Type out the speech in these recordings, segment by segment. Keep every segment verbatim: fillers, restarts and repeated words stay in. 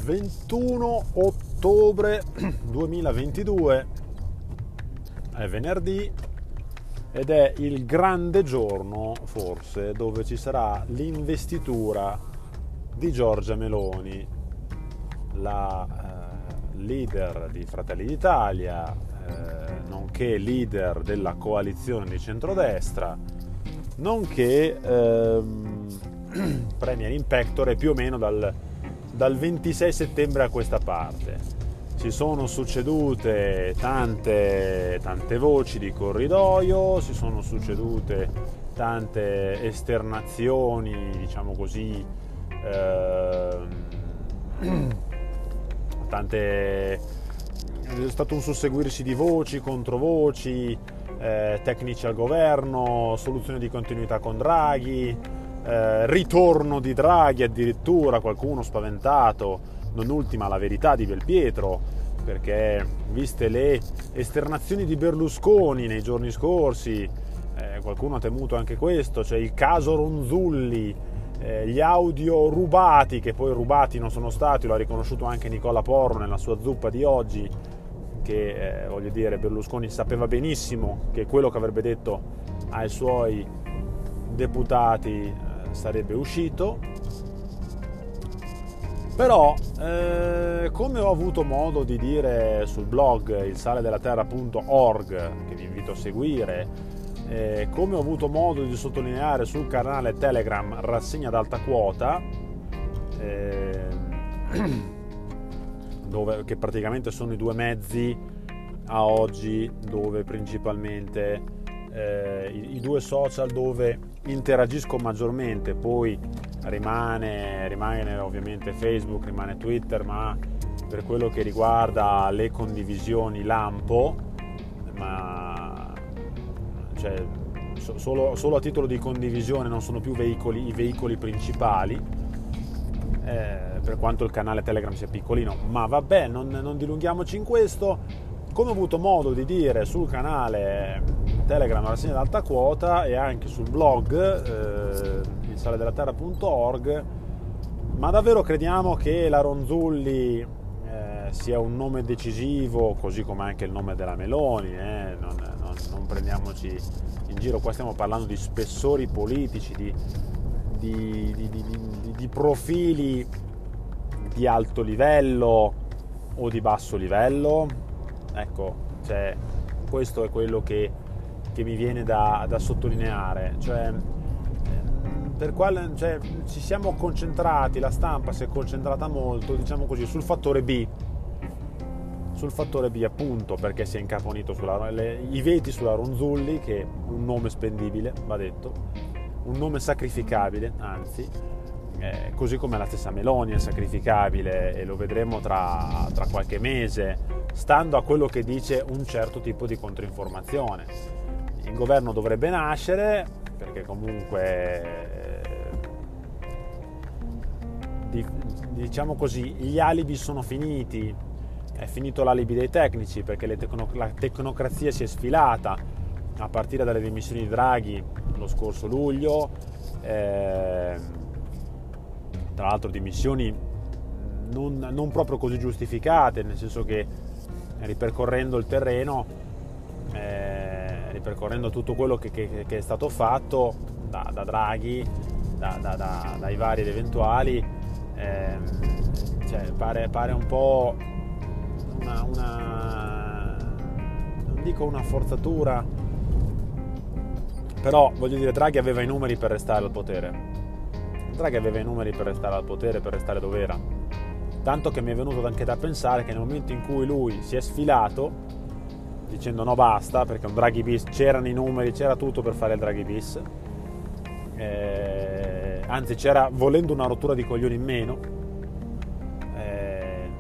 ventuno ottobre duemilaventidue, è venerdì ed è il grande giorno forse dove ci sarà l'investitura di Giorgia Meloni, la eh, leader di Fratelli d'Italia, eh, nonché leader della coalizione di centrodestra, nonché ehm, premier in pectore più o meno dal, dal ventisei settembre a questa parte. Si sono succedute tante, tante voci di corridoio, si sono succedute tante esternazioni, diciamo così, ehm, tante, è stato un susseguirsi di voci, controvoci, eh, tecnici al governo, soluzione di continuità con Draghi, eh, ritorno di Draghi addirittura, qualcuno spaventato, non ultima la verità di Belpietro, perché viste le esternazioni di Berlusconi nei giorni scorsi, eh, qualcuno ha temuto anche questo, cioè il caso Ronzulli, eh, gli audio rubati, che poi rubati non sono stati, lo ha riconosciuto anche Nicola Porro nella sua zuppa di oggi, che eh, voglio dire, Berlusconi sapeva benissimo che quello che avrebbe detto ai suoi deputati eh, sarebbe uscito. Però eh, come ho avuto modo di dire sul blog il sale della terra punto org, che vi invito a seguire, eh, come ho avuto modo di sottolineare sul canale Telegram Rassegna ad Alta Quota, eh, dove, che praticamente sono i due mezzi a oggi dove principalmente eh, i, i due social dove interagisco maggiormente. Poi rimane, rimane ovviamente Facebook, rimane Twitter, ma per quello che riguarda le condivisioni lampo, ma cioè, so, solo, solo a titolo di condivisione, non sono più veicoli, i veicoli principali, eh, per quanto il canale Telegram sia piccolino, ma vabbè, non, non dilunghiamoci in questo. Come ho avuto modo di dire sul canale Telegram Rassegna ad Alta Quota e anche sul blog eh, il sale della terra punto org, ma davvero crediamo che la Ronzulli eh, sia un nome decisivo, così come anche il nome della Meloni, eh? non, non, non prendiamoci in giro, qua stiamo parlando di spessori politici, di, di, di, di, di, di profili di alto livello o di basso livello. Ecco, cioè, questo è quello che, che mi viene da, da sottolineare, cioè, per quale, cioè, ci siamo concentrati, la stampa si è concentrata molto, diciamo così, sul fattore B, sul fattore B appunto, perché si è incaponito sulla, le, i veti sulla Ronzulli, che è un nome spendibile, va detto, un nome sacrificabile, anzi, eh, così come la stessa Meloni è sacrificabile, e lo vedremo tra, tra qualche mese, stando a quello che dice un certo tipo di controinformazione. Il governo dovrebbe nascere, perché comunque eh, diciamo così, gli alibi sono finiti, è finito l'alibi dei tecnici, perché le tecno, la tecnocrazia si è sfilata a partire dalle dimissioni di Draghi lo scorso luglio, eh, tra l'altro dimissioni non, non proprio così giustificate, nel senso che ripercorrendo il terreno, eh, ripercorrendo tutto quello che, che, che è stato fatto da, da Draghi, da, da, da, dai vari ed eventuali, eh, cioè pare, pare un po' una, una, non dico una forzatura, però voglio dire, Draghi aveva i numeri per restare al potere, Draghi aveva i numeri per restare al potere, per restare dove era. Tanto che mi è venuto anche da pensare che nel momento in cui lui si è sfilato dicendo no basta, perché un Draghi bis, c'erano i numeri, c'era tutto per fare il Draghi bis, eh, anzi c'era volendo una rottura di coglioni in meno, eh,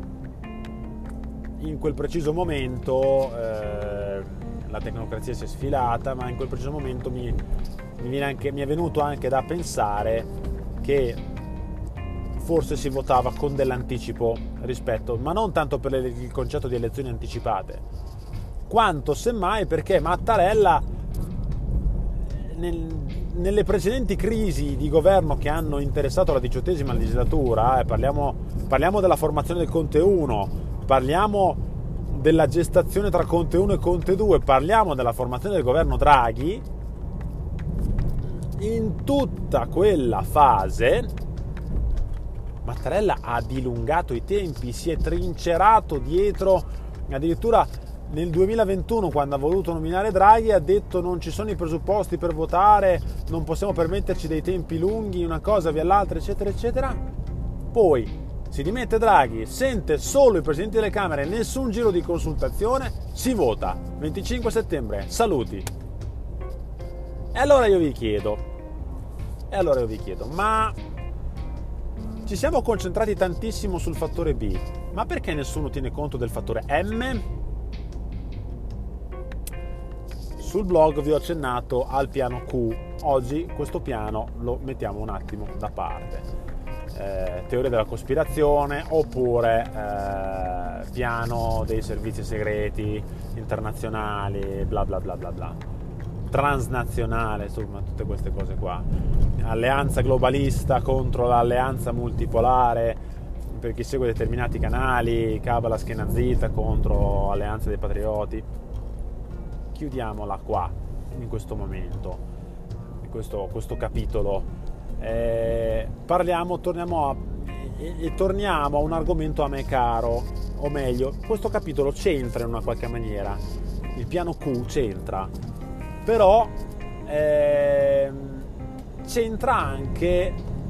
in quel preciso momento eh, la tecnocrazia si è sfilata, ma in quel preciso momento mi, mi, viene anche, mi è venuto anche da pensare che forse si votava con dell'anticipo rispetto, ma non tanto per le, il concetto di elezioni anticipate, quanto semmai perché Mattarella nel, nelle precedenti crisi di governo che hanno interessato la diciottesima legislatura, eh, parliamo, parliamo della formazione del Conte uno, parliamo della gestazione tra Conte uno e Conte due, parliamo della formazione del governo Draghi, in tutta quella fase Mattarella ha dilungato i tempi, si è trincerato dietro, addirittura nel duemilaventuno, quando ha voluto nominare Draghi, ha detto non ci sono i presupposti per votare, non possiamo permetterci dei tempi lunghi, una cosa via l'altra, eccetera, eccetera. Poi si dimette Draghi, sente solo i presidenti delle Camere, nessun giro di consultazione, si vota. venticinque settembre, saluti. E allora io vi chiedo, e allora io vi chiedo, ma ci siamo concentrati tantissimo sul fattore B, ma perché nessuno tiene conto del fattore M? Sul blog vi ho accennato al piano Q, oggi questo piano lo mettiamo un attimo da parte. Eh, teoria della cospirazione oppure eh, piano dei servizi segreti internazionali, bla bla bla bla bla, transnazionale, insomma tutte queste cose qua. Alleanza globalista contro l'alleanza multipolare per chi segue determinati canali, Cabala schiena zitta contro alleanza dei patrioti. Chiudiamola qua in questo momento, in questo, questo capitolo. Eh, parliamo, torniamo a, e, e torniamo a un argomento a me caro, o meglio, questo capitolo c'entra in una qualche maniera, il piano Q c'entra, però eh, c'entra anche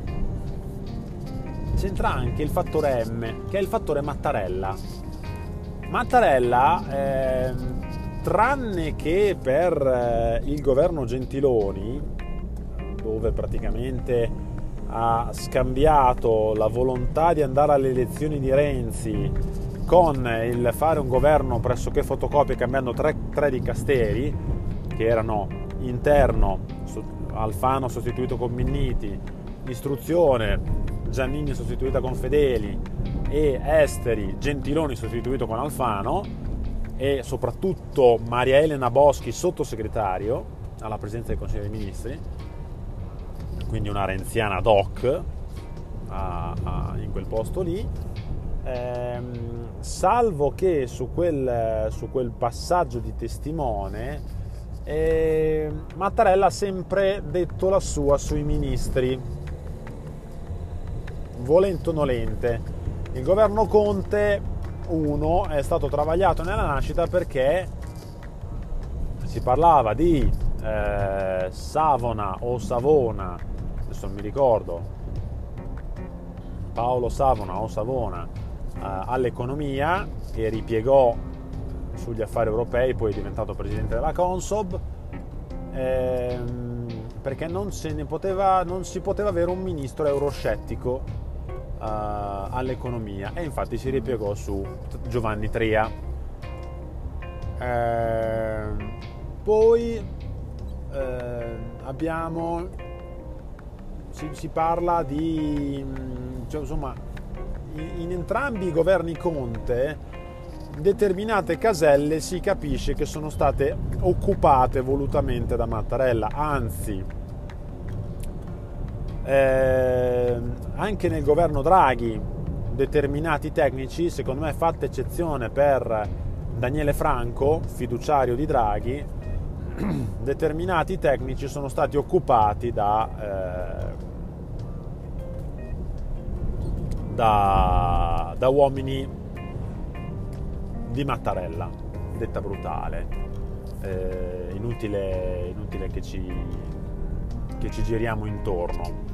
c'entra anche il fattore M, che è il fattore Mattarella. Mattarella, eh, tranne che per eh, il governo Gentiloni, dove praticamente ha scambiato la volontà di andare alle elezioni di Renzi con il fare un governo pressoché fotocopia, cambiando tre, tre dicasteri che erano interno, Alfano sostituito con Minniti, istruzione Giannini sostituita con Fedeli e esteri Gentiloni sostituito con Alfano, e soprattutto Maria Elena Boschi sottosegretario alla presidenza del Consiglio dei Ministri, quindi una renziana doc a, a, in quel posto lì, ehm, salvo che su quel, su quel passaggio di testimone eh, Mattarella ha sempre detto la sua sui ministri, volente o nolente. Il governo Conte uno è stato travagliato nella nascita perché si parlava di eh, Savona o Savona, adesso non mi ricordo, Paolo Savona o Savona eh, all'economia, e ripiegò sugli affari europei, poi è diventato presidente della Consob, ehm, perché non, se ne poteva, non si poteva avere un ministro euroscettico Uh, all'economia, e infatti si ripiegò su Giovanni Tria. Uh, poi uh, abbiamo si, si parla di cioè, insomma in, in entrambi i governi Conte determinate caselle si capisce che sono state occupate volutamente da Mattarella, anzi Eh, anche nel governo Draghi determinati tecnici, secondo me fatta eccezione per Daniele Franco, fiduciario di Draghi, determinati tecnici sono stati occupati da, eh, da, da uomini di Mattarella, detta brutale. Eh, inutile, inutile che ci, che ci giriamo intorno.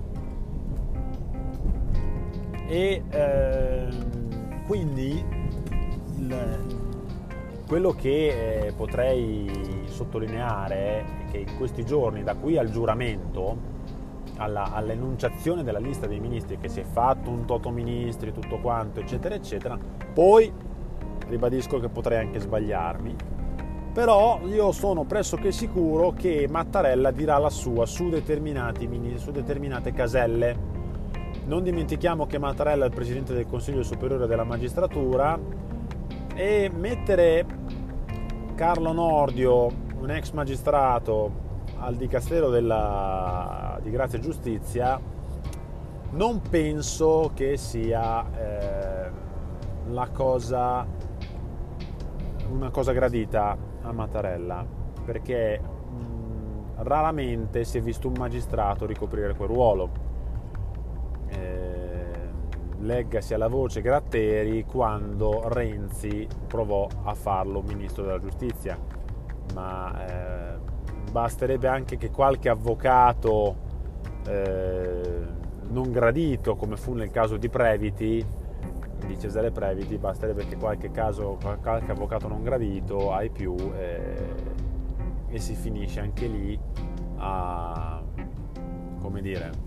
E eh, quindi il, quello che eh, potrei sottolineare è che in questi giorni, da qui al giuramento, alla, all'enunciazione della lista dei ministri, che si è fatto un toto ministri, tutto quanto, eccetera, eccetera, poi ribadisco che potrei anche sbagliarmi, però io sono pressoché sicuro che Mattarella dirà la sua su determinati ministri, su determinate caselle. Non dimentichiamo che Mattarella è il presidente del Consiglio Superiore della Magistratura, e mettere Carlo Nordio, un ex magistrato, al Dicastero della, di Grazia e Giustizia, non penso che sia eh, la cosa, una cosa gradita a Mattarella, perché mh, raramente si è visto un magistrato ricoprire quel ruolo. Eh, leggasi alla voce Gratteri quando Renzi provò a farlo ministro della giustizia, ma eh, basterebbe anche che qualche avvocato eh, non gradito, come fu nel caso di Previti, di Cesare Previti, basterebbe che qualche caso, qualche avvocato non gradito ai più eh, e si finisce anche lì a, come dire,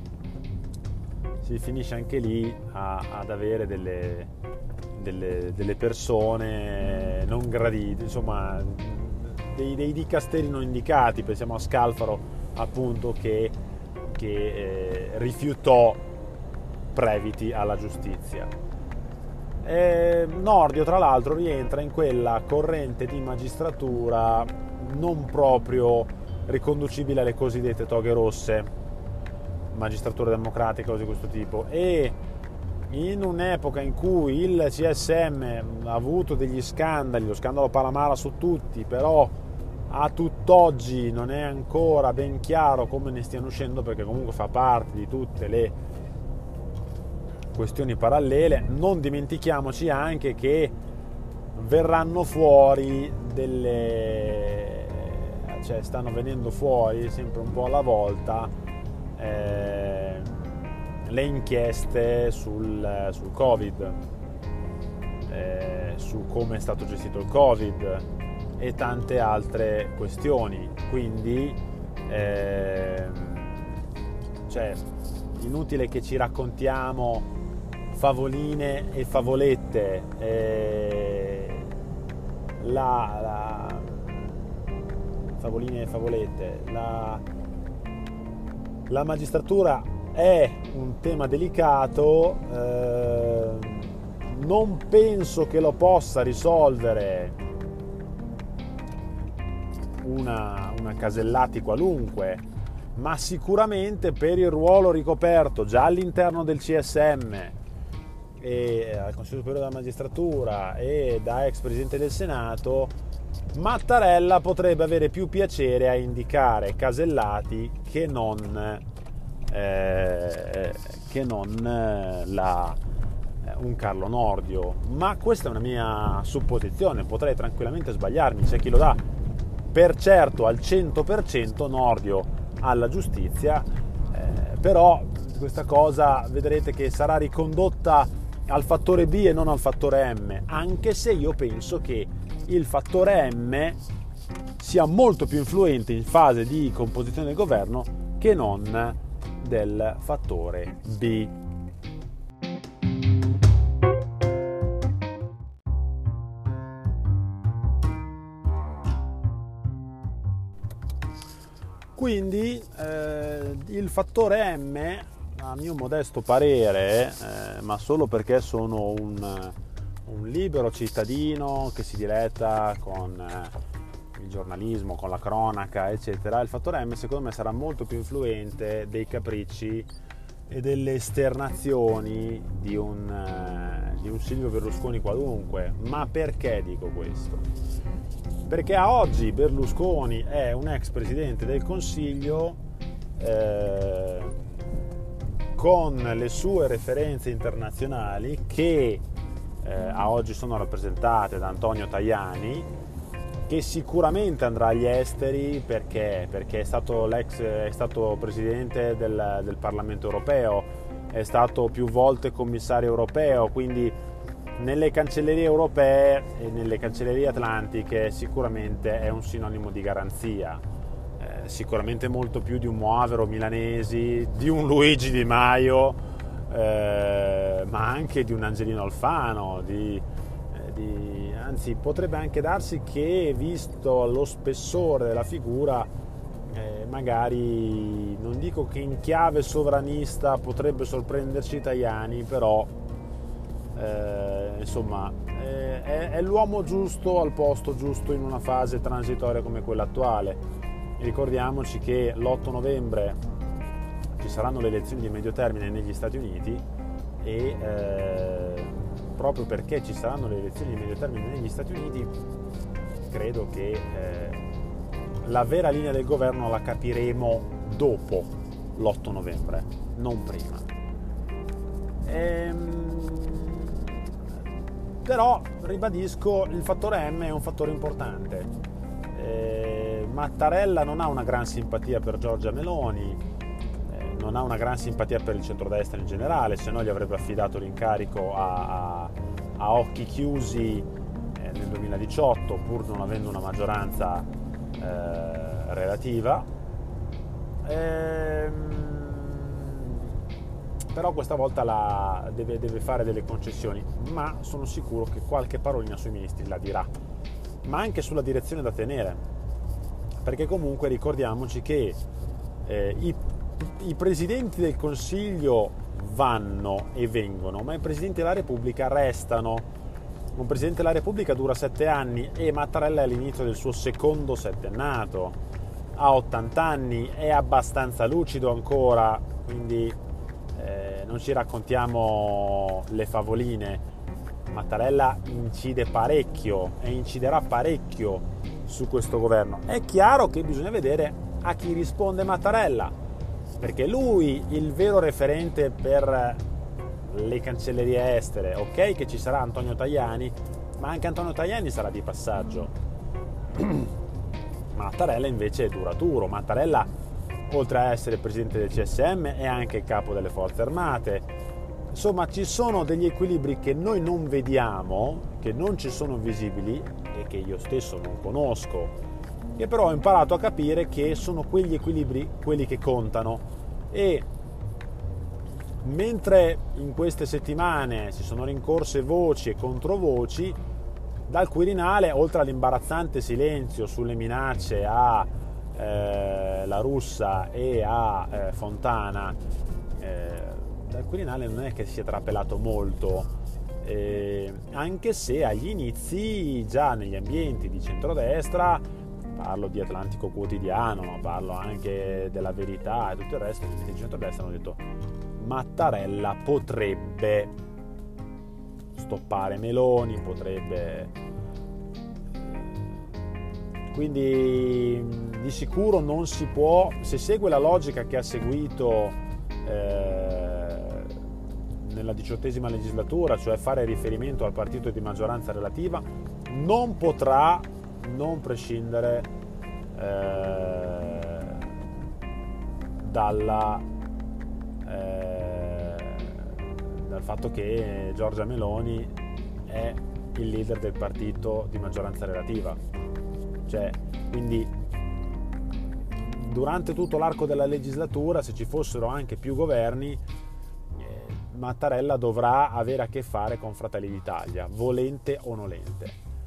si finisce anche lì a, ad avere delle, delle, delle persone non gradite, insomma dei, dei dicasteri non indicati. Pensiamo a Scalfaro, appunto, che, che eh, rifiutò Previti alla giustizia. E Nordio, tra l'altro, rientra in quella corrente di magistratura non proprio riconducibile alle cosiddette toghe rosse, magistratura democratica, cose di questo tipo, e in un'epoca in cui il C S M ha avuto degli scandali, lo scandalo Palamara su tutti, però a tutt'oggi non è ancora ben chiaro come ne stiano uscendo, perché comunque fa parte di tutte le questioni parallele. Non dimentichiamoci anche che verranno fuori delle, cioè stanno venendo fuori sempre un po' alla volta Eh, le inchieste sul, sul Covid, eh, su come è stato gestito il Covid e tante altre questioni. Quindi eh, cioè, inutile che ci raccontiamo favoline e favolette. Eh, la, la favoline e favolette la La magistratura è un tema delicato, eh, non penso che lo possa risolvere una, una Casellati qualunque, ma sicuramente per il ruolo ricoperto già all'interno del C S M e al Consiglio Superiore della Magistratura e da ex Presidente del Senato, Mattarella potrebbe avere più piacere a indicare Casellati che non, eh, che non eh, la, eh, un Carlo Nordio. Ma questa è una mia supposizione, potrei tranquillamente sbagliarmi, c'è chi lo dà per certo al cento per cento Nordio alla giustizia, eh, però questa cosa vedrete che sarà ricondotta al fattore B e non al fattore M, anche se io penso che il fattore M sia molto più influente in fase di composizione del governo che non del fattore B. Quindi eh, il fattore M, a mio modesto parere, eh, ma solo perché sono un un libero cittadino che si diletta con eh, il giornalismo, con la cronaca, eccetera, il fattore M secondo me sarà molto più influente dei capricci e delle esternazioni di un, eh, di un Silvio Berlusconi qualunque. Ma perché dico questo? Perché a oggi Berlusconi è un ex Presidente del Consiglio eh, con le sue referenze internazionali che Eh, a oggi sono rappresentate da Antonio Tajani, che sicuramente andrà agli esteri perché, perché è stato l'ex è stato presidente del, del Parlamento europeo, è stato più volte commissario europeo, quindi nelle cancellerie europee e nelle cancellerie atlantiche sicuramente è un sinonimo di garanzia, eh, sicuramente molto più di un Moavero Milanesi, di un Luigi Di Maio, Eh, ma anche di un Angelino Alfano, di, eh, di, anzi potrebbe anche darsi che, visto lo spessore della figura, eh, magari, non dico che in chiave sovranista potrebbe sorprenderci Tajani, però eh, insomma eh, è, è l'uomo giusto al posto giusto in una fase transitoria come quella attuale. ricordiamoci che l'otto novembre ci saranno le elezioni di medio termine negli Stati Uniti e eh, proprio perché ci saranno le elezioni di medio termine negli Stati Uniti credo che eh, la vera linea del governo la capiremo dopo l'otto novembre, non prima. Ehm, però ribadisco, il fattore M è un fattore importante. Eh, Mattarella non ha una gran simpatia per Giorgia Meloni, eh, non ha una gran simpatia per il centrodestra in generale, se no gli avrebbe affidato l'incarico a, a, a occhi chiusi eh, nel duemiladiciotto, pur non avendo una maggioranza eh, relativa. Ehm, però questa volta la, deve, deve fare delle concessioni, ma sono sicuro che qualche parolina sui ministri la dirà, ma anche sulla direzione da tenere, perché comunque ricordiamoci che eh, i, i presidenti del Consiglio vanno e vengono, ma i presidenti della Repubblica restano. Un presidente della Repubblica dura sette anni e Mattarella è all'inizio del suo secondo settennato, ha ottanta anni, è abbastanza lucido ancora, quindi eh, non ci raccontiamo le favoline. Mattarella incide parecchio e inciderà parecchio su questo governo. È chiaro che bisogna vedere a chi risponde Mattarella, perché lui, il vero referente per le cancellerie estere, ok che ci sarà Antonio Tajani, ma anche Antonio Tajani sarà di passaggio. Mattarella invece è duraturo. Mattarella, oltre a essere presidente del C S M, è anche il capo delle forze armate. Insomma, ci sono degli equilibri che noi non vediamo, che non ci sono visibili e che io stesso non conosco, che però ho imparato a capire che sono quegli equilibri quelli che contano. E mentre in queste settimane si sono rincorse voci e controvoci, dal Quirinale, oltre all'imbarazzante silenzio sulle minacce a eh, La Russa e a eh, Fontana, eh, dal Quirinale non è che sia trapelato molto, eh, anche se agli inizi già negli ambienti di centrodestra, parlo di Atlantico Quotidiano, ma parlo anche della Verità e tutto il resto, di centrodestra hanno detto Mattarella potrebbe stoppare Meloni, potrebbe... Quindi di sicuro non si può, se segue la logica che ha seguito eh, nella diciottesima legislatura, cioè fare riferimento al partito di maggioranza relativa, non potrà non prescindere eh, dalla, eh, dal fatto che Giorgia Meloni è il leader del partito di maggioranza relativa. Cioè, quindi durante tutto l'arco della legislatura, se ci fossero anche più governi, eh, Mattarella dovrà avere a che fare con Fratelli d'Italia, volente o nolente.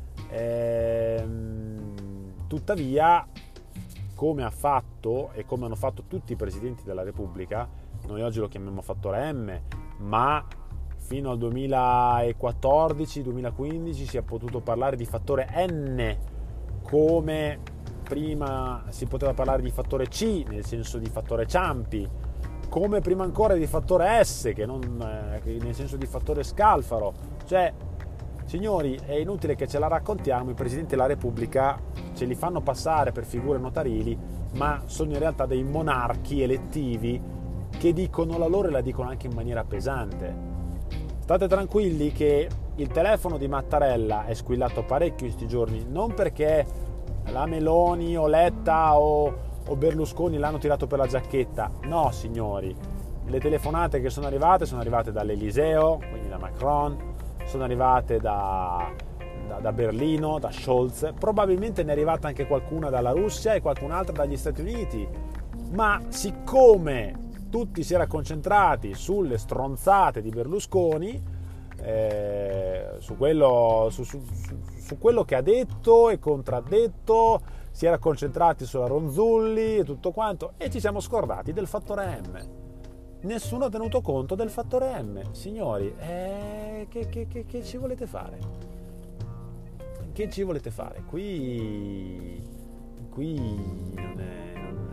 Ehm, tuttavia, come ha fatto e come hanno fatto tutti i presidenti della Repubblica, noi oggi lo chiamiamo fattore M, ma fino al duemilaquattordici duemilaquindici si è potuto parlare di fattore N, come prima si poteva parlare di fattore C, nel senso di fattore Ciampi, come prima ancora di fattore S, che non, eh, nel senso di fattore Scalfaro. Cioè, signori, è inutile che ce la raccontiamo, i presidenti della Repubblica ce li fanno passare per figure notarili, ma sono in realtà dei monarchi elettivi che dicono la loro e la dicono anche in maniera pesante. State tranquilli che il telefono di Mattarella è squillato parecchio in questi giorni, non perché la Meloni o Letta o, o Berlusconi l'hanno tirato per la giacchetta, no signori, le telefonate che sono arrivate sono arrivate dall'Eliseo, quindi da Macron, sono arrivate da, da, da Berlino, da Scholz, probabilmente ne è arrivata anche qualcuna dalla Russia e qualcun'altra dagli Stati Uniti, ma siccome tutti si erano concentrati sulle stronzate di Berlusconi, eh, su, quello, su, su, su quello che ha detto e contraddetto, si era concentrati sulla Ronzulli e tutto quanto, e ci siamo scordati del fattore M. Nessuno ha tenuto conto del fattore M. Signori, eh, che, che, che, che ci volete fare? Che ci volete fare? Qui, qui non è, non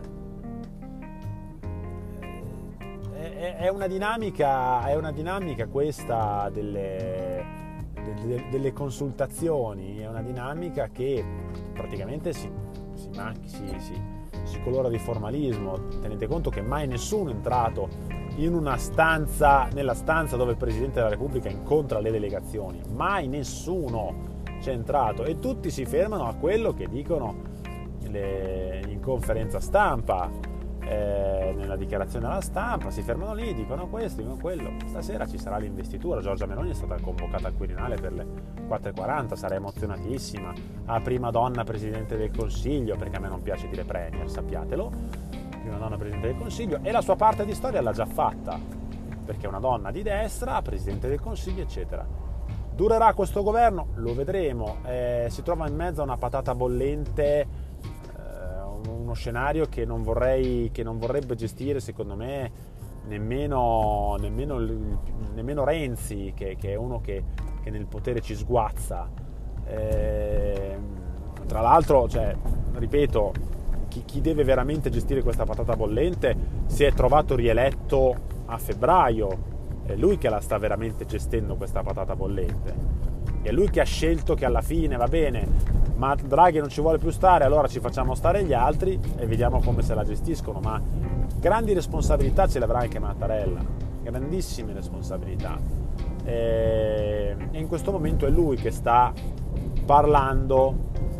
è, è una dinamica, è una dinamica questa delle, delle, delle consultazioni, è una dinamica che praticamente si, si, si, si, si colora di formalismo. Tenete conto che mai nessuno è entrato in una stanza, nella stanza dove il Presidente della Repubblica incontra le delegazioni, mai nessuno c'è entrato, e tutti si fermano a quello che dicono le, in conferenza stampa, eh, nella dichiarazione alla stampa, si fermano lì, dicono questo, dicono quello. Stasera ci sarà l'investitura, Giorgia Meloni è stata convocata al Quirinale per le quattro e quaranta, sarà emozionatissima, a prima donna Presidente del Consiglio, perché a me non piace dire Premier, sappiatelo, prima donna Presidente del Consiglio, e la sua parte di storia l'ha già fatta, perché è una donna di destra, Presidente del Consiglio, eccetera. Durerà questo governo? Lo vedremo. Eh, si trova in mezzo a una patata bollente, eh, uno scenario che non vorrei, che non vorrebbe gestire, secondo me, nemmeno, nemmeno, nemmeno Renzi, che, che è uno che, che nel potere ci sguazza. Eh, tra l'altro, cioè, ripeto, chi, chi deve veramente gestire questa patata bollente si è trovato rieletto a febbraio. È lui che la sta veramente gestendo questa patata bollente, è lui che ha scelto che alla fine va bene, ma Draghi non ci vuole più stare, allora ci facciamo stare gli altri e vediamo come se la gestiscono. Ma grandi responsabilità ce le avrà anche Mattarella, grandissime responsabilità, e in questo momento è lui che sta parlando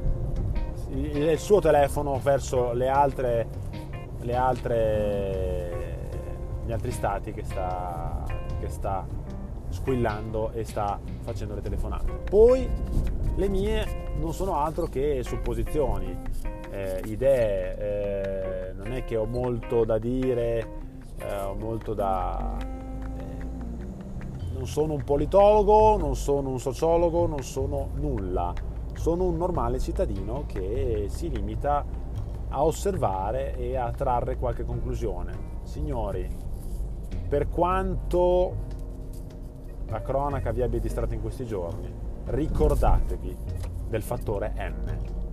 il suo telefono verso le altre le altre gli altri stati che sta che sta squillando e sta facendo le telefonate. Poi le mie non sono altro che supposizioni, eh, idee, eh, non è che ho molto da dire, eh, ho molto da... Eh, non sono un politologo, non sono un sociologo, non sono nulla, sono un normale cittadino che si limita a osservare e a trarre qualche conclusione. Signori, per quanto la cronaca vi abbia distratto in questi giorni, ricordatevi del fattore M.